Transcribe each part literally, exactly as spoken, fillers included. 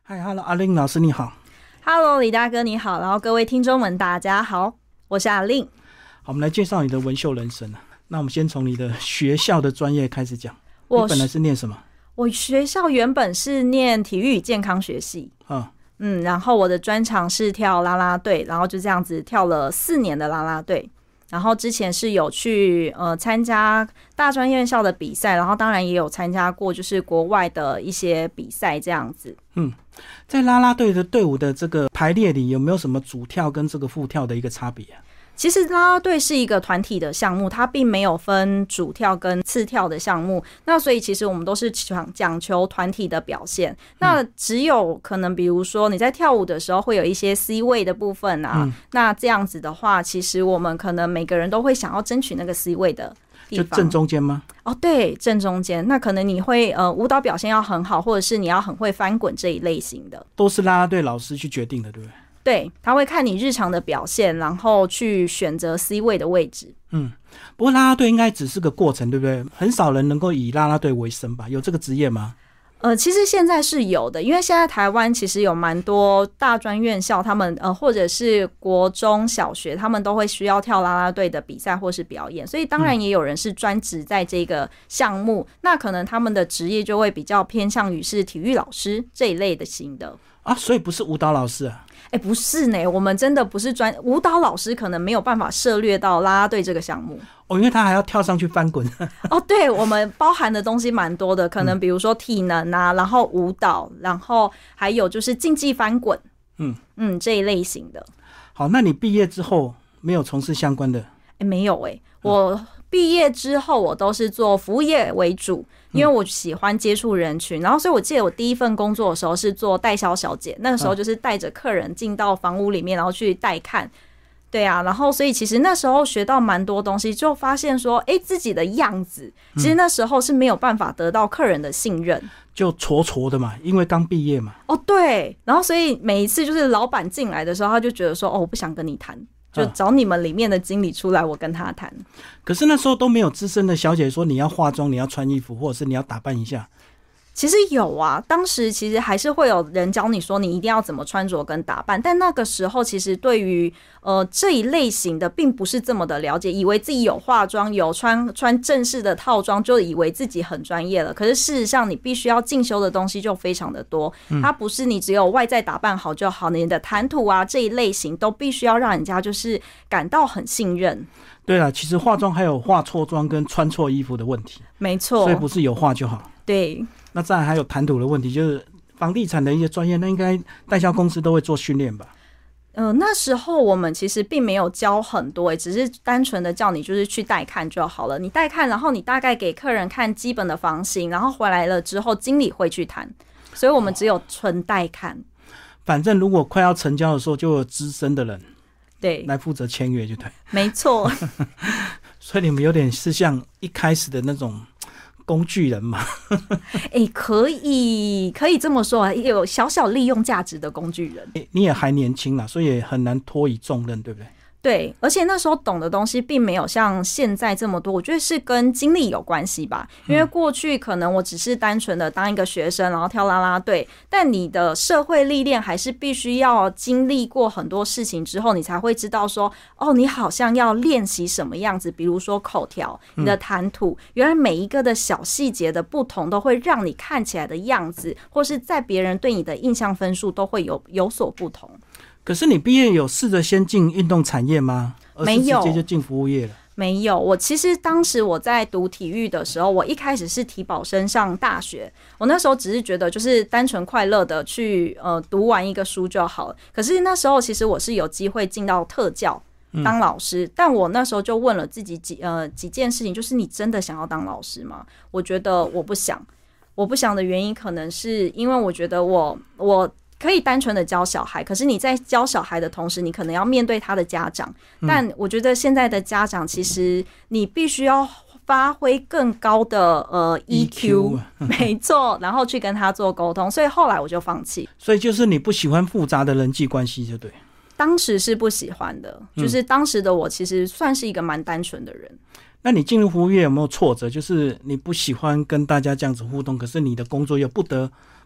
嗨 ，Hello， 阿令老师你好。 Hello， 李大哥你好，然后各位听众们大家好，我是阿令。 好，我们来介绍你的文秀人生啊。那我们先从你的学校的专业开始讲。 我你本来是念什么？ 我学校原本是念体育与健康学系，嗯嗯，然后我的专长是跳啦啦队，然后就这样子跳了四年的啦啦队。然后之前是有去呃参加大专院校的比赛，然后当然也有参加过就是国外的一些比赛这样子。 嗯，在啦啦队的队伍的这个排列里，有没有什么主跳跟这个副跳的一个差别啊？ 其实啦啦队是一个团体的项目，它并没有分主跳跟次跳的项目，那所以其实我们都是讲求团体的表现。那只有可能比如说你在跳舞的时候会有一些 C 位的部分啊、嗯、那这样子的话，其实我们可能每个人都会想要争取那个 C 位的地方。 就正中间吗？ 哦，对，正中间。那可能你会呃舞蹈表现要很好，或者是你要很会翻滚这一类型的， 都是啦啦队老师去决定的，对不对？ 对，他会看你日常的表现，然后去选择 C 位的位置。 嗯，不过啦啦队应该只是个过程，对不对？很少人能够以啦啦队为生吧？有这个职业吗？ 呃，其实现在是有的，因为现在台湾其实有蛮多大专院校，他们呃或者是国中小学，他们都会需要跳啦啦队的比赛或是表演，所以当然也有人是专职在这个项目、嗯、那可能他们的职业就会比较偏向于是体育老师这一类的型的啊，所以不是舞蹈老师啊？ 哎、欸，不是呢，我们真的不是专舞蹈老师，可能没有办法涉猎到啦啦队这个项目哦，因为他还要跳上去翻滚。 哦，对，我们包含的东西蛮多的，可能比如说体能啊，然后舞蹈，然后还有就是竞技翻滚，嗯嗯这一类型的。 好，那你毕业之后没有从事相关的？哎、 欸，没有哎、欸，我毕业之后我都是做服务业为主。因为我喜欢接触人群，然后所以我记得我第一份工作的时候是做代销小姐，那个时候就是带着客人进到房屋里面，然后去带看，对啊，然后所以其实那时候学到蛮多东西，就发现说，哎，自己的样子，其实那时候是没有办法得到客人的信任， 就挫挫的嘛，因为刚毕业嘛。 哦，对，然后所以每一次就是老板进来的时候，他就觉得说，哦，我不想跟你谈。就找你们里面的经理出来，我跟他谈。 可是那时候都没有资深的小姐说你要化妆，你要穿衣服，或者是你要打扮一下。 其实有啊，当时其实还是会有人教你说你一定要怎么穿着跟打扮，但那个时候其实对于呃这一类型的并不是这么的了解，以为自己有化妆有穿穿正式的套装就以为自己很专业了，可是事实上你必须要进修的东西就非常的多、嗯、它不是你只有外在打扮好就好，你的谈吐啊这一类型都必须要让人家就是感到很信任。 对啦，其实化妆还有化错妆跟穿错衣服的问题。 没错， 所以不是有化就好。 对， 那再来还有谈吐的问题，就是房地产的一些专业，那应该代销公司都会做训练吧？ 呃，那时候我们其实并没有教很多、欸、只是单纯的叫你就是去带看就好了。你带看，然后你大概给客人看基本的房型，然后回来了之后经理会去谈，所以我们只有纯带看、哦。 反正如果快要成交的时候，就有资深的人对来负责签约就对。 没错。 所以你们有点是像一开始的那种工具人嘛？ 哎、欸，可以可以这么说，有小小利用价值的工具人。 欸、你也还年轻啦，所以也很难托以重任，对不对？ 对，而且那时候懂的东西并没有像现在这么多，我觉得是跟经历有关系吧。因为过去可能我只是单纯的当一个学生，然后跳啦啦队，但你的社会历练还是必须要经历过很多事情之后，你才会知道说，哦，你好像要练习什么样子，比如说口条、你的谈吐，原来每一个的小细节的不同，都会让你看起来的样子，或是在别人对你的印象分数都会有有所不同。 可是你毕业有试着先进运动产业吗？ 没有， 直接就进服务业了？ 没有。我其实当时我在读体育的时候，我一开始是体保生上大学，我那时候只是觉得就是单纯快乐的去呃读完一个书就好了。可是那时候其实我是有机会进到特教当老师、嗯、但我那时候就问了自己几呃几件事情，就是你真的想要当老师吗？我觉得我不想。我不想的原因可能是因为我觉得我我可以单纯的教小孩，可是你在教小孩的同时，你可能要面对他的家长、嗯、但我觉得现在的家长其实你必须要发挥更高的呃 E Q， 没错，然后去跟他做沟通，所以后来我就放弃。 所以就是你不喜欢复杂的人际关系就对。 当时是不喜欢的，就是当时的我其实算是一个蛮单纯的人、嗯。 那你进入服务业有没有挫折？就是你不喜欢跟大家这样子互动，可是你的工作又不得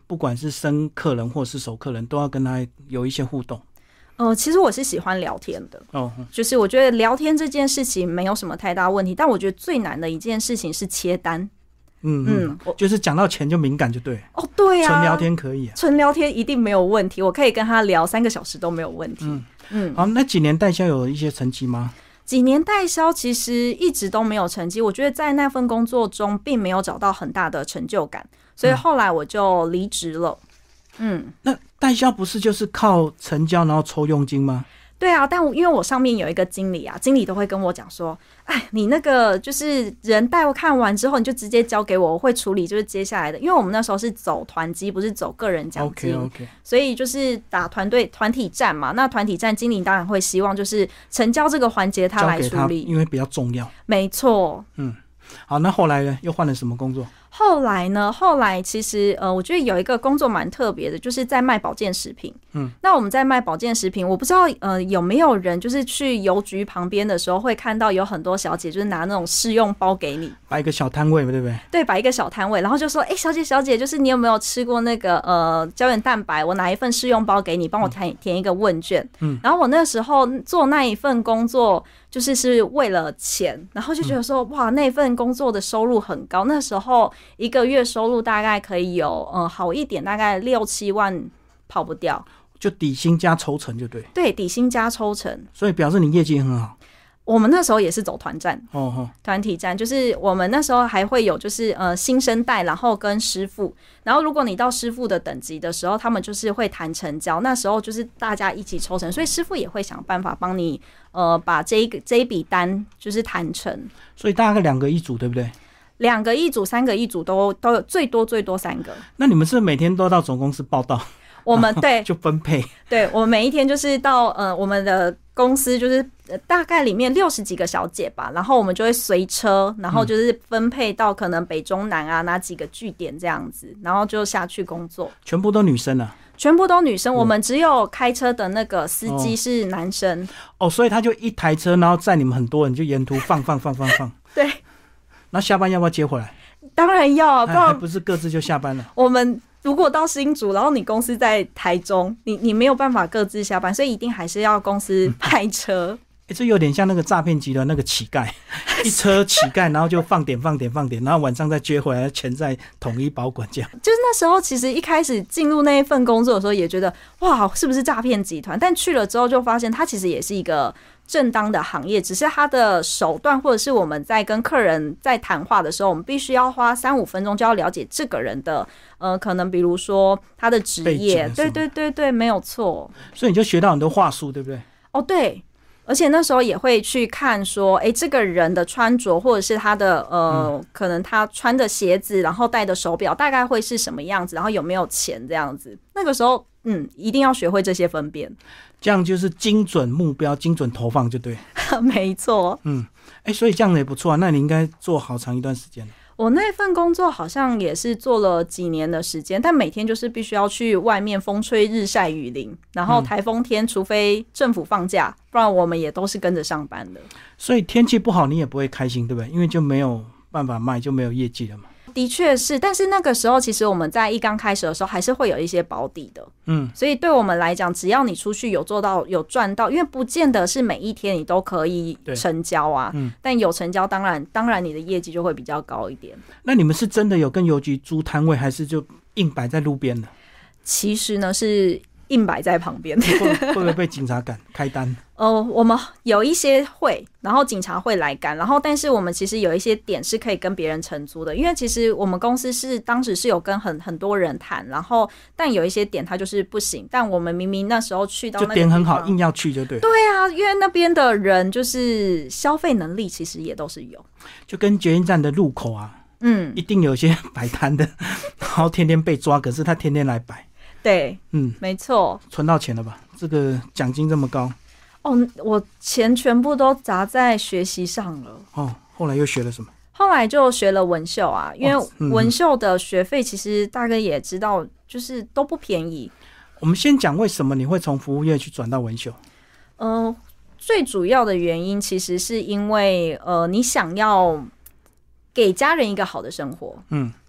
不管是生客人或是熟客人，都要跟他有一些互动？ 呃，其实我是喜欢聊天的， 哦， 就是我觉得聊天这件事情没有什么太大问题，但我觉得最难的一件事情是切单。 嗯嗯，就是讲到钱就敏感就对。 哦，对啊， 纯聊天可以啊， 纯聊天一定没有问题，我可以跟他聊三个小时都没有问题。嗯嗯，好，那几年代销有一些成绩吗？ 几年代销其实一直都没有成绩，我觉得在那份工作中并没有找到很大的成就感，所以后来我就离职了。嗯， 那代销不是就是靠成交然后抽佣金吗？ 对啊，但因为我上面有一个经理啊，经理都会跟我讲说，哎，你那个就是人带我看完之后，你就直接交给我，我会处理就是接下来的，因为我们那时候是走团绩，不是走个人奖金 ，OK OK， 所以就是打团队团体战嘛。那团体战，经理当然会希望就是成交这个环节他来处理， 因为比较重要。 没错， 嗯，好，那后来呢，又换了什么工作？ 后来呢？后来其实呃，我觉得有一个工作蛮特别的，就是在卖保健食品。嗯，那我们在卖保健食品，我不知道呃有没有人就是去邮局旁边的时候会看到有很多小姐就是拿那种试用包给你， 摆一个小摊位，对不对？ 对，摆一个小摊位，然后就说：“哎、欸，小姐小姐，就是你有没有吃过那个呃胶原蛋白？我拿一份试用包给你，帮我填填一个问卷。”嗯，然后我那时候做那一份工作。就是是为了钱，然后就觉得说、嗯、哇，那份工作的收入很高，那时候一个月收入大概可以有嗯好一点，大概六七万跑不掉， 就底薪加抽成就对。 对，底薪加抽成， 所以表示你业绩很好。 我们那时候也是走团战， 哦哦， 团体战，就是我们那时候还会有就是呃新生代，然后跟师傅，然后如果你到师傅的等级的时候，他们就是会谈成交，那时候就是大家一起抽成，所以师傅也会想办法帮你呃把这一个这一笔单就是谈成， 所以大概两个一组，对不对？ 两个一组、三个一组都都有，最多最多三个。 那你们是每天都到总公司报到？ 我们对就分配， 对我们每一天就是到呃我们的公司就是、呃、大概里面六十几个小姐吧，然后我们就会随车，然后就是分配到可能北中南啊哪几个据点这样子，然后就下去工作。 全部都女生啊？ 全部都女生，我们只有开车的那个司机是男生。 哦，哦所以他就一台车，然后载你们很多人，就沿途放放放放放。 对。 那下班要不要接回来？ 当然要啊，不然还不是各自就下班了。 我们。如果到新竹，然后你公司在台中，你你没有办法各自下班，所以一定还是要公司派车。 欸、这有点像那个诈骗集团那个乞丐，一车乞丐，然后就放点放点放点，然后晚上再接回来，钱再统一保管这样。 就是那时候，其实一开始进入那一份工作的时候，也觉得哇，是不是诈骗集团？但去了之后就发现，它其实也是一个正当的行业，只是它的手段或者是我们在跟客人在谈话的时候，我们必须要花三五分钟就要了解这个人的呃，可能比如说他的职业，对对对对，没有错。 所以你就学到很多话术，对不对？ 哦，对。而且那时候也会去看说，哎、欸，这个人的穿着，或者是他的呃、嗯，可能他穿的鞋子，然后戴的手表，大概会是什么样子，然后有没有钱这样子。那个时候，嗯，一定要学会这些分辨， 这样就是精准目标、精准投放就对。 没错， 嗯，哎、欸，所以这样也不错啊。那你应该做好长一段时间了。 我那份工作好像也是做了几年的时间，但每天就是必须要去外面风吹日晒雨淋，然后台风天，除非政府放假，不然我们也都是跟着上班的。 所以天气不好你也不会开心，对不对？因为就没有办法卖，就没有业绩了嘛。 的确是，但是那个时候其实我们在一刚开始的时候还是会有一些保底的，嗯，所以对我们来讲，只要你出去有做到有赚到，因为不见得是每一天你都可以成交啊，嗯，但有成交，当然当然你的业绩就会比较高一点。 那你们是真的有跟邮局租摊位，还是就硬摆在路边的？ 其实呢是硬摆在旁边。 会会不会被警察赶开单？ 呃，我们有一些会，然后警察会来赶，然后但是我们其实有一些点是可以跟别人承租的，因为其实我们公司是当时是有跟很很多人谈，然后但有一些点它就是不行，但我们明明那时候去到那个就点很好，硬要去就对。 对啊，因为那边的人就是消费能力其实也都是有， 就跟捷运站的路口啊，嗯，一定有些摆摊的，然后天天被抓，可是他天天来摆。 对，嗯，没错， 存到钱了吧？这个奖金这么高。 哦，我钱全部都砸在学习上了。 哦，后来又学了什么？ 后来就学了纹绣啊，因为纹绣的学费其实大概也知道，就是都不便宜。 我们先讲为什么你会从服务业去转到纹绣。 呃，最主要的原因其实是因为呃，你想要给家人一个好的生活。嗯。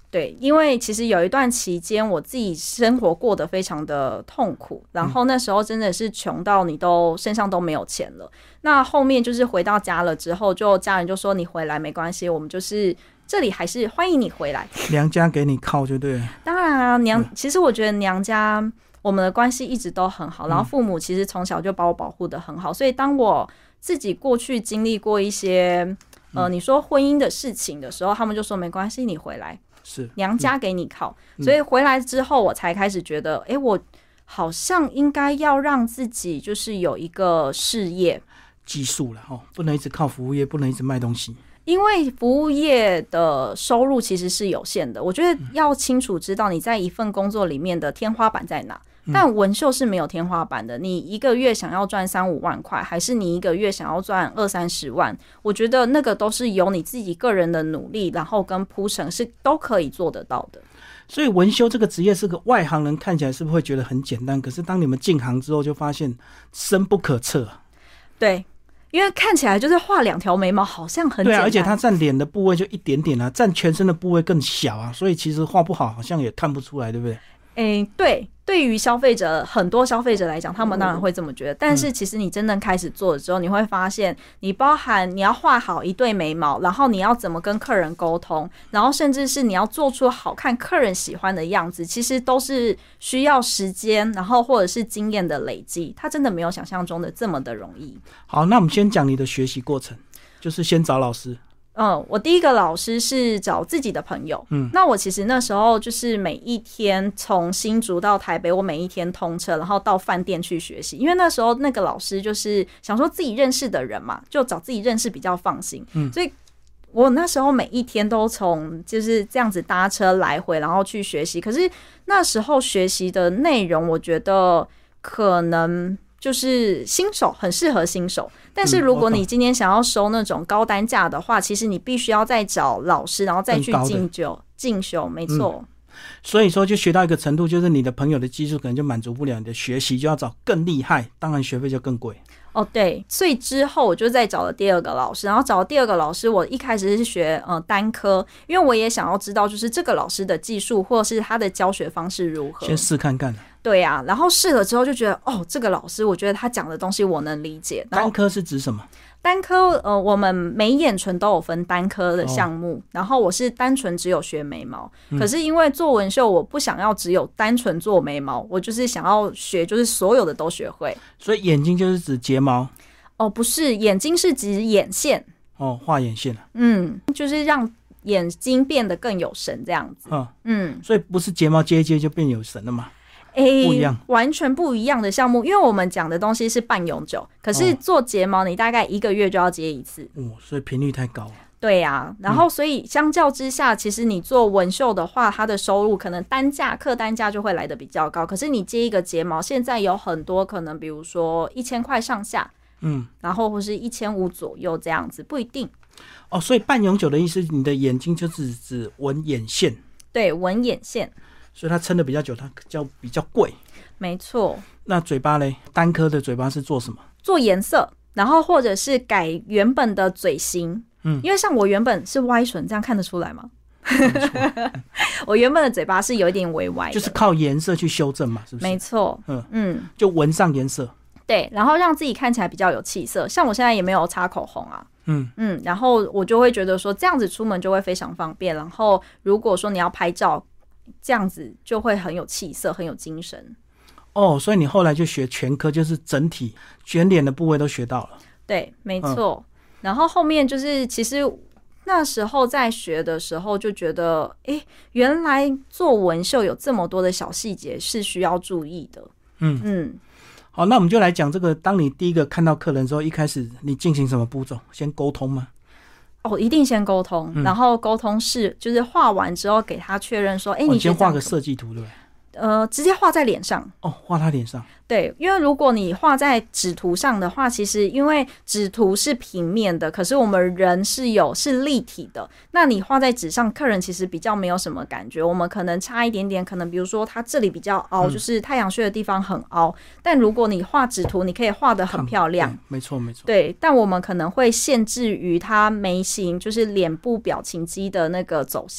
对，因为其实有一段期间我自己生活过得非常的痛苦，然后那时候真的是穷到你都身上都没有钱了。那后面就是回到家了之后，就家人就说你回来没关系，我们就是这里还是欢迎你回来， 娘家给你靠就对了。 当然啊，娘，其实我觉得娘家我们的关系一直都很好，然后父母其实从小就把我保护得很好，所以当我自己过去经历过一些呃你说婚姻的事情的时候，他们就说没关系，你回来。 是娘家给你靠、嗯、所以回来之后我才开始觉得哎、欸，我好像应该要让自己就是有一个事业技术了齁，不能一直靠服务业，不能一直卖东西， 因为服务业的收入其实是有限的，我觉得要清楚知道你在一份工作里面的天花板在哪，但纹绣是没有天花板的，你一个月想要赚三五万块，还是你一个月想要赚二三十万，我觉得那个都是由你自己个人的努力，然后跟铺陈是都可以做得到的。 所以纹绣这个职业是个外行人看起来是不是会觉得很简单？可是当你们进行之后，就发现深不可测。 对，因为看起来就是画两条眉毛好像很简单， 对啊，而且它占脸的部位就一点点啊，占全身的部位更小啊，所以其实画不好好像也看不出来，对不对？ 欸、对，对于消费者，很多消费者来讲，他们当然会这么觉得。但是其实你真正开始做了之后，你会发现，你包含你要画好一对眉毛，然后你要怎么跟客人沟通，然后甚至是你要做出好看、客人喜欢的样子，其实都是需要时间，然后或者是经验的累积。它真的没有想象中的这么的容易。 好，那我们先讲你的学习过程，就是先找老师。 嗯，我第一个老师是找自己的朋友。嗯，那我其实那时候就是每一天从新竹到台北，我每一天通车，然后到饭店去学习。因为那时候那个老师就是想说自己认识的人嘛，就找自己认识比较放心。嗯，所以我那时候每一天都从就是这样子搭车来回，然后去学习。可是那时候学习的内容，我觉得可能就是新手很适合新手，但是如果你今天想要收那种高单价的话，其实你必须要再找老师，然后再去进修进修，没错、嗯。 所以说就学到一个程度，就是你的朋友的技术可能就满足不了你的学习，就要找更厉害，当然学费就更贵。 哦，对，所以之后我就再找了第二个老师，然后找了第二个老师，我一开始是学呃单科，因为我也想要知道就是这个老师的技术或者是他的教学方式如何， 先试看看。 对啊，然后试了之后就觉得哦，这个老师我觉得他讲的东西我能理解。 单科是指什么？ 单科呃，我们眉眼唇都有分单科的项目、哦，然后我是单纯只有学眉毛、嗯，可是因为做纹绣，我不想要只有单纯做眉毛，我就是想要学，就是所有的都学会。 所以眼睛就是指睫毛？ 哦，不是，眼睛是指眼线。 哦，画眼线啊。 嗯，就是让眼睛变得更有神这样子。嗯嗯，所以不是睫毛接一接就变有神了吗？ 欸、 不一样， 完全不一样的项目，因为我们讲的东西是半永久，可是做睫毛你大概一个月就要接一次， 哦，所以频率太高了。 对啊，然后所以相较之下、嗯、其实你做纹绣的话，它的收入可能单价客单价就会来得比较高，可是你接一个睫毛，现在有很多可能比如说一千块上下，嗯，然后或是一千五左右这样子，不一定。 哦，所以半永久的意思，你的眼睛就是指纹眼线。 对，纹眼线。 所以它撑得比较久，它叫比较贵。 没错。 那嘴巴嘞？单颗的嘴巴是做什么？ 做颜色，然后或者是改原本的嘴型。嗯，因为像我原本是歪唇，这样看得出来吗？我原本的嘴巴是有一点微歪的， 就是靠颜色去修正嘛，是不是？ 没错。嗯嗯， 就纹上颜色。 对，然后让自己看起来比较有气色。像我现在也没有擦口红啊。嗯嗯，然后我就会觉得说这样子出门就会非常方便。然后如果说你要拍照，这样子就会很有气色，很有精神。 哦，所以你后来就学全科，就是整体全脸的部位都学到了。 对，没错。嗯、然后后面就是其实那时候在学的时候就觉得，哎，原来做纹绣有这么多的小细节是需要注意的。嗯嗯。 好，那我们就来讲这个，当你第一个看到客人之后，一开始你进行什么步骤？先沟通吗？ 哦，一定先沟通、嗯，然后沟通是就是画完之后给他确认说，哎、欸，你先画个设计图对不对？ 呃，直接画在脸上。 哦，画他脸上。 对，因为如果你画在纸图上的话，其实因为纸图是平面的，可是我们人是有是立体的，那你画在纸上，客人其实比较没有什么感觉。我们可能差一点点，可能比如说他这里比较凹、嗯，就是太阳穴的地方很凹。但如果你画纸图，你可以画得很漂亮。 没错没错。 对，但我们可能会限制于他眉形，就是脸部表情肌的那个走向。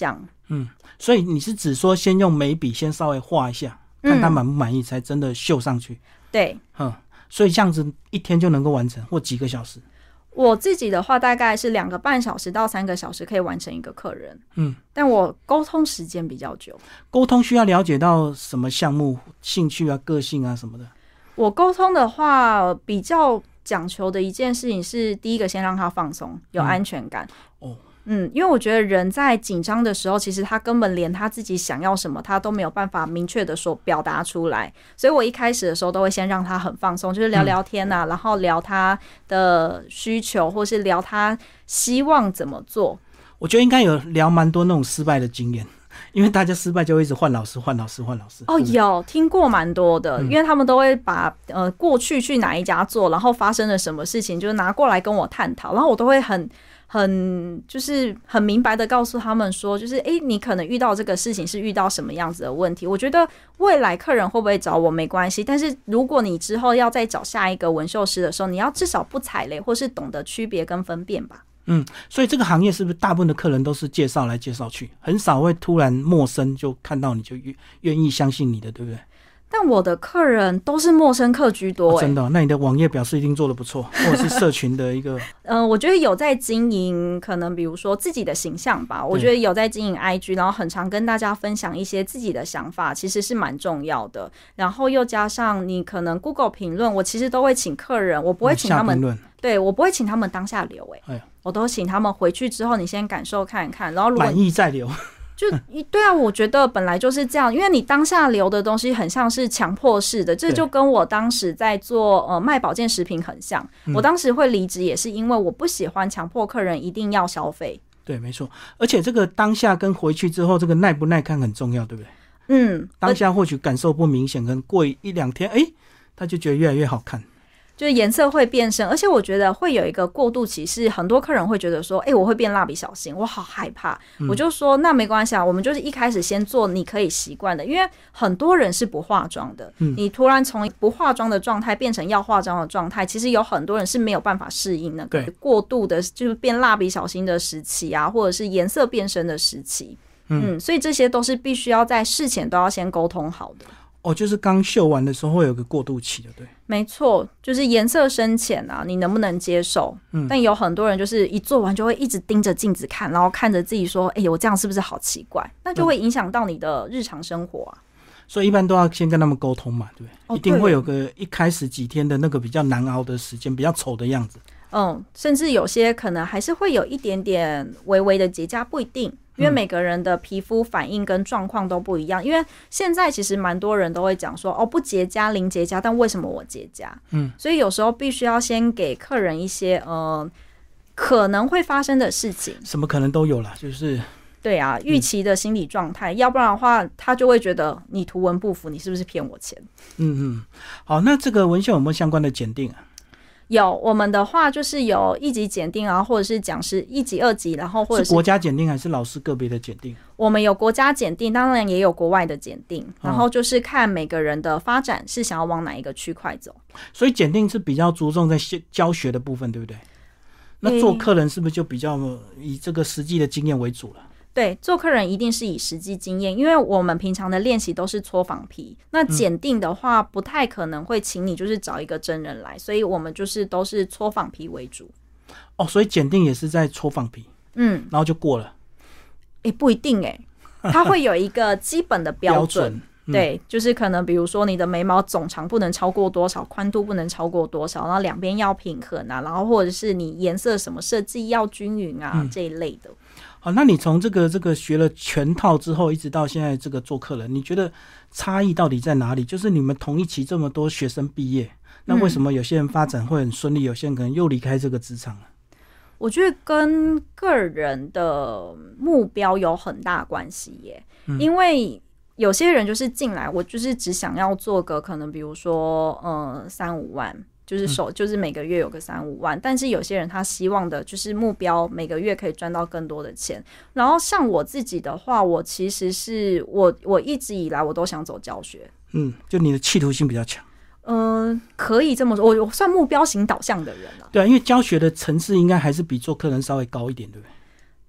嗯，所以你是指说先用眉笔先稍微画一下，看他满不满意，才真的绣上去。 对， 嗯，所以这样子一天就能够完成，或几个小时？ 我自己的话大概是两个半小时到三个小时可以完成一个客人。 嗯， 但我沟通时间比较久。 沟通需要了解到什么项目、兴趣啊、个性啊什么的？ 我沟通的话比较讲求的一件事情是，第一个先让他放松，有安全感。 嗯、哦。 嗯，因为我觉得人在紧张的时候，其实他根本连他自己想要什么，他都没有办法明确的说表达出来。所以我一开始的时候都会先让他很放松，就是聊聊天啊，嗯、然后聊他的需求，或是聊他希望怎么做。 我觉得应该有聊蛮多那种失败的经验，因为大家失败就会一直换老师、换老师、换老师。 哦，有听过蛮多的， 嗯、 因为他们都会把呃过去去哪一家做，然后发生了什么事情，就拿过来跟我探讨，然后我都会很。很就是很明白的告诉他们说，就是哎、欸，你可能遇到这个事情是遇到什么样子的问题。我觉得未来客人会不会找我没关系，但是如果你之后要再找下一个纹绣师的时候，你要至少不踩雷，或是懂得区别跟分辨吧。 嗯，所以这个行业是不是大部分的客人都是介绍来介绍去，很少会突然陌生就看到你就愿意相信你的，对不对？ 但我的客人都是陌生客居多、欸哦、真的、哦？那你的网页表示一定做得不错，或者是社群的一个呃，我觉得有在经营，可能比如说自己的形象吧。我觉得有在经营 I G， 然后很常跟大家分享一些自己的想法，其实是蛮重要的。然后又加上你可能 Google 评论，我其实都会请客人，我不会请他们， 嗯、 对我不会请他们当下留、欸，哎、 哎， 我都请他们回去之后，你先感受看看，然后如果满意再留。 就对啊，我觉得本来就是这样，因为你当下留的东西很像是强迫式的，这就跟我当时在做呃卖保健食品很像。我当时会离职也是因为我不喜欢强迫客人一定要消费。 对，没错，而且这个当下跟回去之后，这个耐不耐看很重要，对不对？ 嗯， 当下或许感受不明显，可能过一两天，哎，他就觉得越来越好看。 就是颜色会变深，而且我觉得会有一个过渡期，是很多客人会觉得说，哎、欸，我会变蜡笔小新，我好害怕。嗯、我就说那没关系啊，我们就是一开始先做你可以习惯的，因为很多人是不化妆的，嗯、你突然从不化妆的状态变成要化妆的状态，其实有很多人是没有办法适应那个过渡的，就是变蜡笔小新的时期啊，或者是颜色变深的时期。嗯, 嗯，所以这些都是必须要在事前都要先沟通好的。 哦，就是刚绣完的时候会有个过渡期的，对。 没错，就是颜色深浅啊，你能不能接受？嗯，但有很多人就是一做完就会一直盯着镜子看，然后看着自己说：“哎、欸，我这样是不是好奇怪？”那就会影响到你的日常生活啊。 所以一般都要先跟他们沟通嘛，对不对？ 哦、 一定会有个一开始几天的那个比较难熬的时间，比较丑的样子。 嗯，甚至有些可能还是会有一点点微微的结痂，不一定。因为每个人的皮肤反应跟状况都不一样，因为现在其实蛮多人都会讲说，哦，不结痂零结痂，但为什么我结痂？嗯，所以有时候必须要先给客人一些呃可能会发生的事情， 什么可能都有啦，就是对啊，预期的心理状态、嗯，要不然的话，他就会觉得你图文不符，你是不是骗我钱？ 嗯嗯，好，那这个文绣有没有相关的检定啊？ 有，我们的话就是有一级检定啊，或者是讲师一级、二级，然后或者 是, 是国家检定还是老师个别的检定？ 我们有国家检定，当然也有国外的检定，然后就是看每个人的发展是想要往哪一个区块走。 所以检定是比较注重在教学的部分，对不对？那做客人是不是就比较以这个实际的经验为主了？ 对，做客人一定是以实际经验，因为我们平常的练习都是搓仿皮，那检定的话不太可能会请你就是找一个真人来，所以我们就是都是搓仿皮为主。 哦，所以检定也是在搓仿皮，嗯，然后就过了。 欸，不一定欸，它会有一个基本的标准。标准嗯、对，就是可能比如说你的眉毛总长不能超过多少，宽度不能超过多少，然后两边要平衡啊，然后或者是你颜色什么设计要均匀啊、嗯、这一类的。 好，那你从这个这个学了全套之后，一直到现在这个做客人，你觉得差异到底在哪里？就是你们同一期这么多学生毕业，那为什么有些人发展会很顺利，有些人可能又离开这个职场了？ 我觉得跟个人的目标有很大关系耶、嗯，因为有些人就是进来，我就是只想要做个可能比如说呃三五万。就是手就是每个月有个三五万，但是有些人他希望的就是目标每个月可以赚到更多的钱。然后像我自己的话，我其实是我我一直以来我都想走教学，嗯， 就你的企图心比较强。 嗯、呃，可以这么说，我我算目标型导向的人啊。 对啊，因为教学的层次应该还是比做客人稍微高一点，对不对？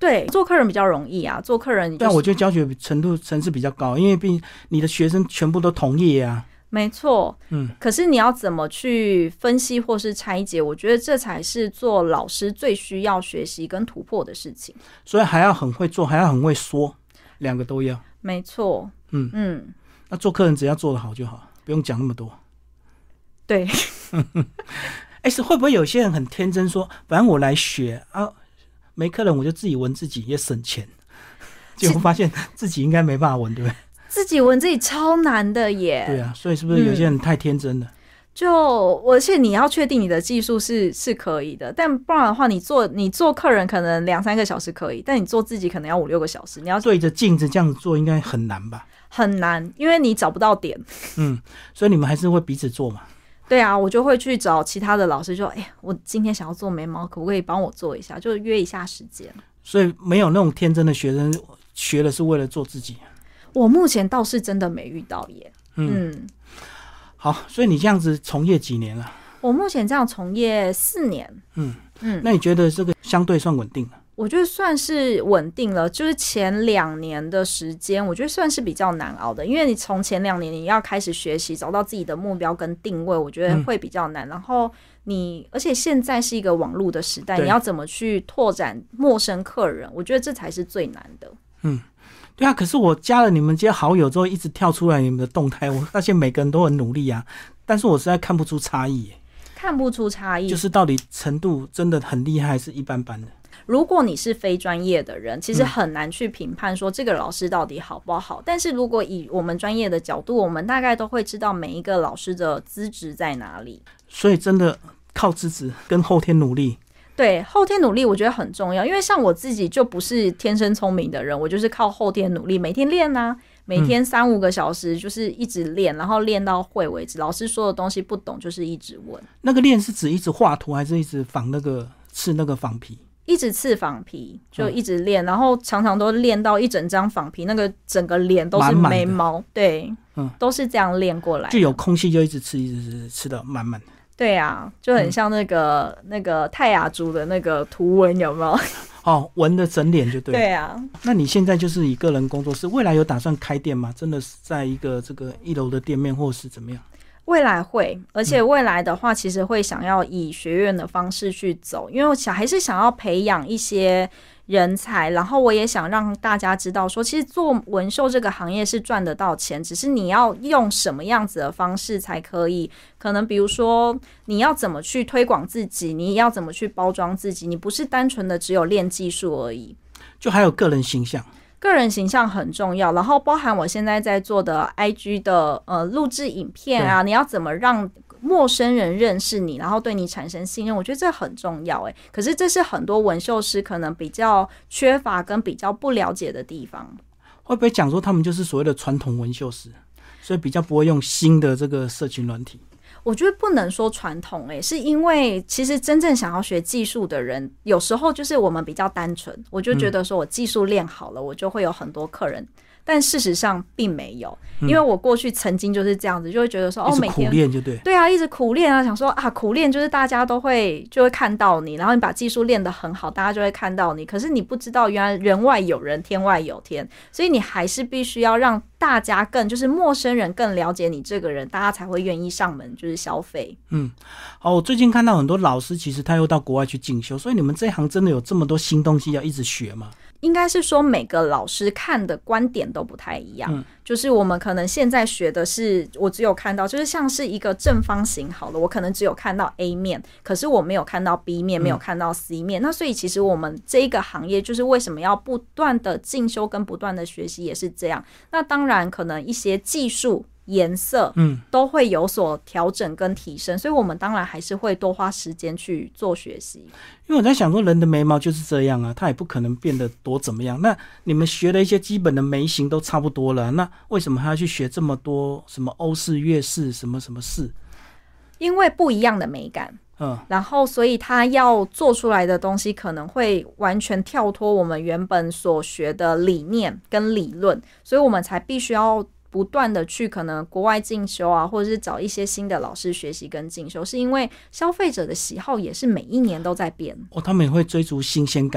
对，做客人比较容易啊，做客人、就是、 但我觉得教学程度层次比较高，因为毕竟你的学生全部都同业啊。 没错， 嗯， 可是你要怎么去分析或是拆解，我觉得这才是做老师最需要学习跟突破的事情。 所以还要很会做，还要很会说，两个都要。 没错， 嗯嗯， 那做客人只要做得好就好，不用讲那么多。 对。 哎，是会不会有些人很天真说，反正我来学啊，没客人我就自己闻自己也省钱，结果发现自己应该没办法闻，对不对？ 自己闻自己超难的耶。 对啊，所以是不是有些人太天真了？嗯、 就而且你要确定你的技术是是可以的，但不然的话，你做你做客人可能两三个小时可以，但你做自己可能要五六个小时。你要对着镜子这样做，应该很难吧？ 很难，因为你找不到点。 嗯，所以你们还是会彼此做嘛？ 对啊，我就会去找其他的老师，说：“哎、欸，我今天想要做眉毛，可不可以帮我做一下？”就约一下时间。 所以没有那种天真的学生学了是为了做自己。 我目前倒是真的没遇到耶。嗯，嗯好，所以你这样子从业几年了？ 我目前这样从业四年。 嗯嗯，那你觉得这个相对算稳定了？ 我觉得算是稳定了，就是前两年的时间，我觉得算是比较难熬的，因为你从前两年你要开始学习，找到自己的目标跟定位，我觉得会比较难。嗯、然后你，而且现在是一个网络的时代，你要怎么去拓展陌生客人？我觉得这才是最难的。 嗯，对啊。可是我加了你们这些好友之后，一直跳出来你们的动态，我发现每个人都很努力啊，但是我实在看不出差异耶。 看不出差异， 就是到底程度真的很厉害，还是一般般的？ 如果你是非专业的人，其实很难去评判说这个老师到底好不好。嗯、但是如果以我们专业的角度，我们大概都会知道每一个老师的资质在哪里。 所以真的靠资质跟后天努力。 对，后天努力我觉得很重要，因为像我自己就不是天生聪明的人，我就是靠后天努力，每天练啊，每天三五个小时就是一直练，然后练到会为止。老师说的东西不懂就是一直问。 那个练是指一直画图，还是一直仿那个刺那个仿皮？ 一直刺仿皮，就一直练、嗯，然后常常都练到一整张仿皮，那个整个脸都是眉毛，满满对，嗯，都是这样练过来的。 就有空隙就一直吃，一直吃的满满的。 对啊，就很像那个、嗯、那个泰雅族的那个图文，有没有？ 哦，纹的整脸就对了。 对啊。 那你现在就是以个人工作室，未来有打算开店吗？真的是在一个这个一楼的店面，或是怎么样？ 未来会，而且未来的话，其实会想要以学院的方式去走，因为我想还是想要培养一些人才，然后我也想让大家知道说，其实做纹绣这个行业是赚得到钱，只是你要用什么样子的方式才可以。可能比如说你要怎么去推广自己，你要怎么去包装自己，你不是单纯的只有练技术而已， 就还有个人形象。 个人形象很重要，然后包含我现在在做的 I G 的呃录制影片啊，你要怎么让陌生人认识你，然后对你产生信任，我觉得这很重要哎。可是这是很多纹绣师可能比较缺乏跟比较不了解的地方。 会不会讲说他们就是所谓的传统纹绣师，所以比较不会用新的这个社群软体？ 我觉得不能说传统诶，是因为其实真正想要学技术的人，有时候就是我们比较单纯，我就觉得说我技术练好了，我就会有很多客人。但事实上并没有，因为我过去曾经就是这样子，就会觉得说、嗯、哦，每天苦练就对， 对啊，一直苦练啊，想说啊，苦练就是大家都会就会看到你，然后你把技术练得很好，大家就会看到你。可是你不知道，原来人外有人，天外有天，所以你还是必须要让大家更就是陌生人更了解你这个人，大家才会愿意上门就是消费。 嗯，好，我最近看到很多老师其实他又到国外去进修，所以你们这一行真的有这么多新东西要一直学吗？ 应该是说每个老师看的观点都不太一样、嗯、就是我们可能现在学的是我只有看到就是像是一个正方形好了，我可能只有看到 A 面，可是我没有看到 B 面，没有看到 C 面、嗯、那所以其实我们这一个行业就是为什么要不断的进修跟不断的学习也是这样。那当然可能一些技术颜色嗯都会有所调整跟提升、嗯、所以我们当然还是会多花时间去做学习。 因为我在想说人的眉毛就是这样啊，它也不可能变得多怎么样，那你们学的一些基本的眉形都差不多了，那为什么还要去学这么多什么欧式粤式什么什么式？ 因为不一样的美感，嗯，然后所以他要做出来的东西可能会完全跳脱我们原本所学的理念跟理论，所以我们才必须要不断的去可能国外进修啊，或者是找一些新的老师学习跟进修，是因为消费者的喜好也是每一年都在变哦，他们也会追逐新鲜感。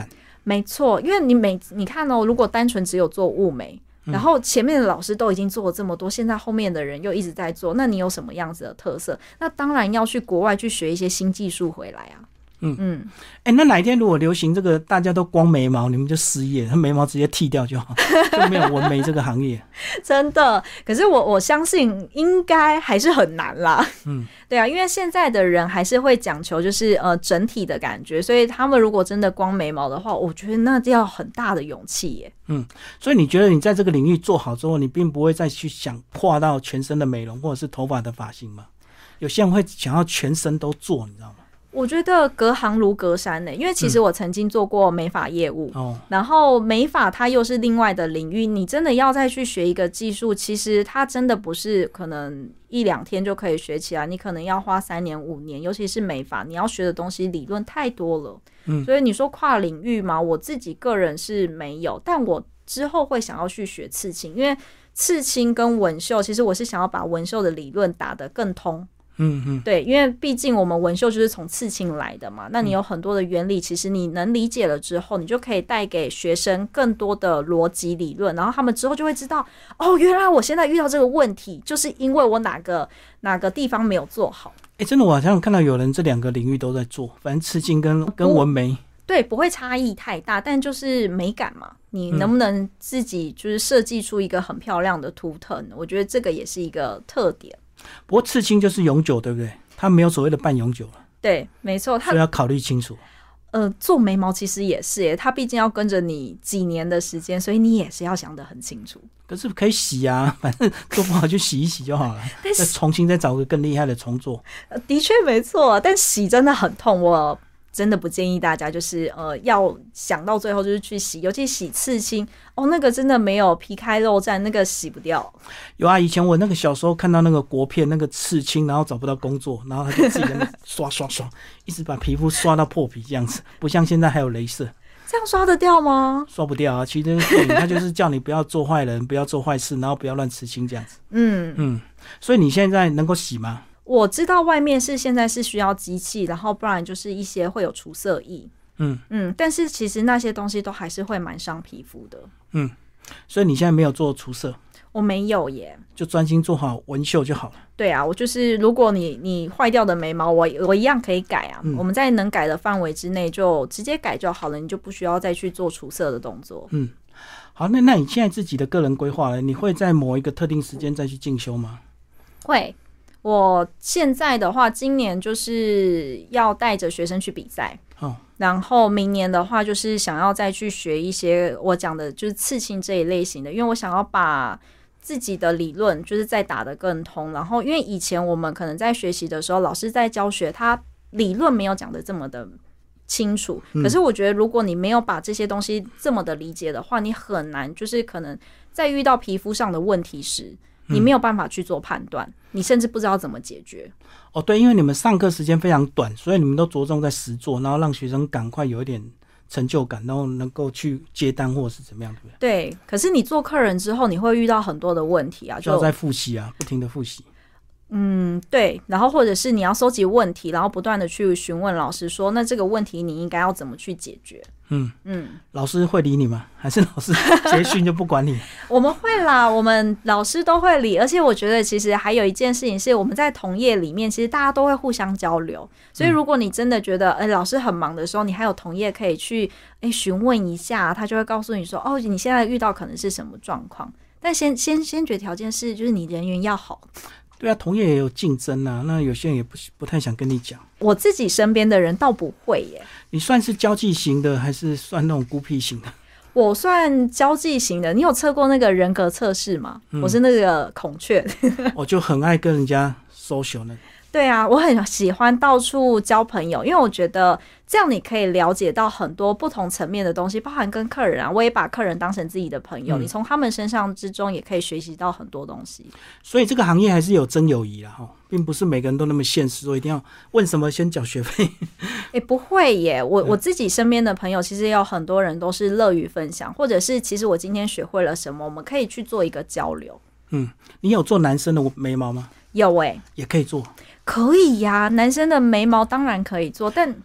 没错，因为你每你看哦，如果单纯只有做雾眉，然后前面的老师都已经做了这么多，现在后面的人又一直在做，那你有什么样子的特色？那当然要去国外去学一些新技术回来啊。 嗯嗯，哎、欸，那哪一天如果流行这个大家都光眉毛，你们就失业，眉毛直接剃掉就好，就没有纹眉这个行业。 真的，可是我我相信应该还是很难啦。嗯，对啊，因为现在的人还是会讲求就是呃整体的感觉，所以他们如果真的光眉毛的话，我觉得那要很大的勇气耶。 嗯，所以你觉得你在这个领域做好之后，你并不会再去想跨到全身的美容或者是头发的发型吗？有些人会想要全身都做，你知道吗？ 我觉得隔行如隔山呢、欸，因为其实我曾经做过美发业务、嗯哦，然后美发它又是另外的领域，你真的要再去学一个技术，其实它真的不是可能一两天就可以学起来，你可能要花三年五年，尤其是美发，你要学的东西理论太多了，嗯，所以你说跨领域嘛，我自己个人是没有，但我之后会想要去学刺青，因为刺青跟纹绣，其实我是想要把纹绣的理论打得更通。嗯嗯，对，因为毕竟我们纹绣就是从刺青来的嘛，那你有很多的原理，其实你能理解了之后，你就可以带给学生更多的逻辑理论，然后他们之后就会知道，哦，原来我现在遇到这个问题，就是因为我哪个哪个地方没有做好。 哎、欸，真的，我好像看到有人这两个领域都在做，反正刺青跟跟纹眉。 对，不会差异太大，但就是美感嘛，你能不能自己就是设计出一个很漂亮的图腾、嗯、我觉得这个也是一个特点。 不过刺青就是永久，对不对？它没有所谓的半永久了。 对，没错， 所以要考虑清楚。 呃，做眉毛其实也是耶，它毕竟要跟着你几年的时间，所以你也是要想得很清楚。 可是可以洗啊，反正做不好就洗一洗就好了，再重新再找个更厉害的重做。 呃，的确没错，但洗真的很痛，我真的不建议大家就是呃要想到最后就是去洗，尤其洗刺青哦，那个真的没有皮开肉绽，那个洗不掉。 有啊，以前我那个小时候看到那个国片，那个刺青，然后找不到工作，然后他就自己在那刷刷刷，一直把皮肤刷到破皮这样子，不像现在还有雷射。 这样刷得掉吗？ 刷不掉啊，其实他就是叫你不要做坏人，不要做坏事，然后不要乱刺青这样子。嗯嗯，所以你现在能够洗吗？ 我知道外面是现在是需要机器，然后不然就是一些会有除色液，嗯嗯，但是其实那些东西都还是会蛮伤皮肤的， 嗯，所以你现在没有做除色？ 我没有耶， 就专心做好纹绣就好了。 对啊，我就是如果你你坏掉的眉毛，我我一样可以改啊、嗯，我们在能改的范围之内就直接改就好了，你就不需要再去做除色的动作。 嗯，好，那那你现在自己的个人规划呢？你会在某一个特定时间再去进修吗？ 会。我现在的话，今年就是要带着学生去比赛、哦，然后明年的话，就是想要再去学一些我讲的就是刺青这一类型的，因为我想要把自己的理论就是再打得更通。然后，因为以前我们可能在学习的时候，老师在教学，他理论没有讲得这么的清楚。可是我觉得，如果你没有把这些东西这么的理解的话，你很难就是可能在遇到皮肤上的问题时。你没有办法去做判断、嗯，你甚至不知道怎么解决。 哦，对，因为你们上课时间非常短，所以你们都着重在实作，然后让学生赶快有一点成就感，然后能够去接单或者是怎么样，对不对？ 对。可是你做客人之后，你会遇到很多的问题啊，就要再复习啊，不停的复习。 嗯，对。然后或者是你要收集问题，然后不断的去询问老师说，那这个问题你应该要怎么去解决？嗯嗯，老师会理你吗？还是老师结训就不管你？ 我们会啦，我们老师都会理，而且我觉得其实还有一件事情是，我们在同业里面，其实大家都会互相交流。所以如果你真的觉得，哎、欸，老师很忙的时候，你还有同业可以去哎询问一下，他就会告诉你说，哦，你现在遇到可能是什么状况。但先先先决条件是，就是你人缘要好。 对啊，同业也有竞争啊，那有些人也不不太想跟你讲。 我自己身边的人倒不会耶。 你算是交际型的，还是算那种孤僻型的？ 我算交际型的。你有测过那个人格测试吗、嗯？我是那个孔雀， 我就很爱跟人家 social 那种。 对啊，我很喜欢到处交朋友，因为我觉得这样你可以了解到很多不同层面的东西，包含跟客人啊，我也把客人当成自己的朋友，嗯、你从他们身上之中也可以学习到很多东西。所以这个行业还是有真友谊啦，并不是每个人都那么现实，说一定要问什么先缴学费。 欸，不会耶，我我自己身边的朋友其实也有很多人都是乐于分享，或者是其实我今天学会了什么，我们可以去做一个交流。 嗯，你有做男生的眉毛吗？ 有耶， 也可以做。 可以呀、啊，男生的眉毛当然可以做，但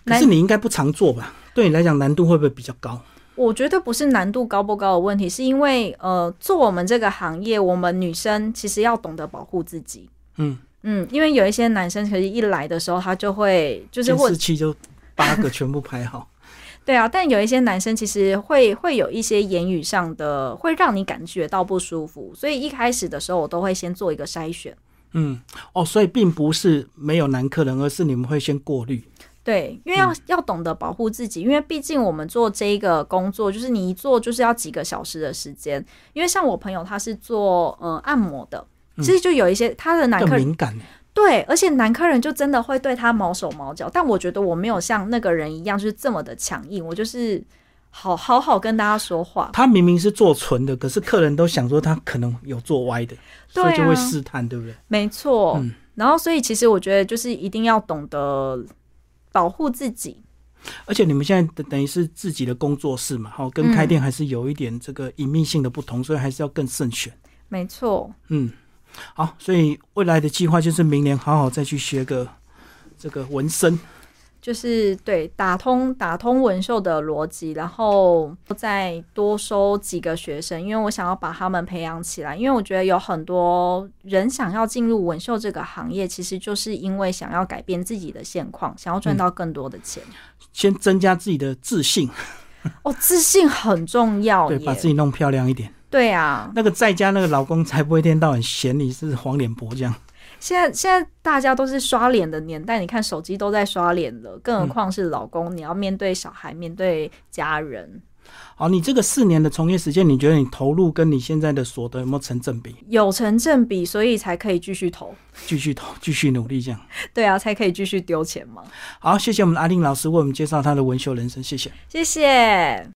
可是你应该不常做吧？对你来讲难度会不会比较高？ 我觉得不是难度高不高的问题，是因为呃，做我们这个行业，我们女生其实要懂得保护自己。嗯嗯，因为有一些男生可是一来的时候，他就会就是监视器就八个全部排好。 对啊，但有一些男生其实会会有一些言语上的，会让你感觉到不舒服，所以一开始的时候，我都会先做一个筛选。嗯， 哦，所以并不是没有男客人，而是你们会先过滤。 对，因为要、嗯、要懂得保护自己，因为毕竟我们做这一个工作，就是你一做就是要几个小时的时间。因为像我朋友他是做呃按摩的，其实就有一些他的男客人更敏感。 对，而且男客人就真的会对他毛手毛脚，但我觉得我没有像那个人一样就是这么的强硬，我就是好好好跟大家说话。 他明明是做纯的，可是客人都想说他可能有做歪的， 对啊、 所以就会试探，对不对？ 没错、嗯。然后所以其实我觉得就是一定要懂得保护自己。 而且你们现在等于是自己的工作室嘛，跟开店还是有一点这个隐秘性的不同、嗯、所以还是要更慎选。 没错。 嗯。好，所以未来的计划就是明年好好再去学个这个纹身， 就是对打通打通纹绣的逻辑，然后再多收几个学生，因为我想要把他们培养起来。因为我觉得有很多人想要进入纹绣这个行业，其实就是因为想要改变自己的现况，想要赚到更多的钱、嗯、 先增加自己的自信。 哦，自信很重要耶， 对，把自己弄漂亮一点。 对啊， 那个在家那个老公才不会一天到晚嫌你是黄脸婆这样。 现在现在大家都是刷脸的年代，你看手机都在刷脸了，更何况是老公、嗯、你要面对小孩，面对家人。 好，你这个四年的从业时间，你觉得你投入跟你现在的所得有没有成正比？ 有成正比，所以才可以继续投， 继续投，继续努力这样。 对啊，才可以继续丢钱嘛。 好，谢谢我们的阿玲老师为我们介绍她的纹绣人生，谢谢， 谢谢。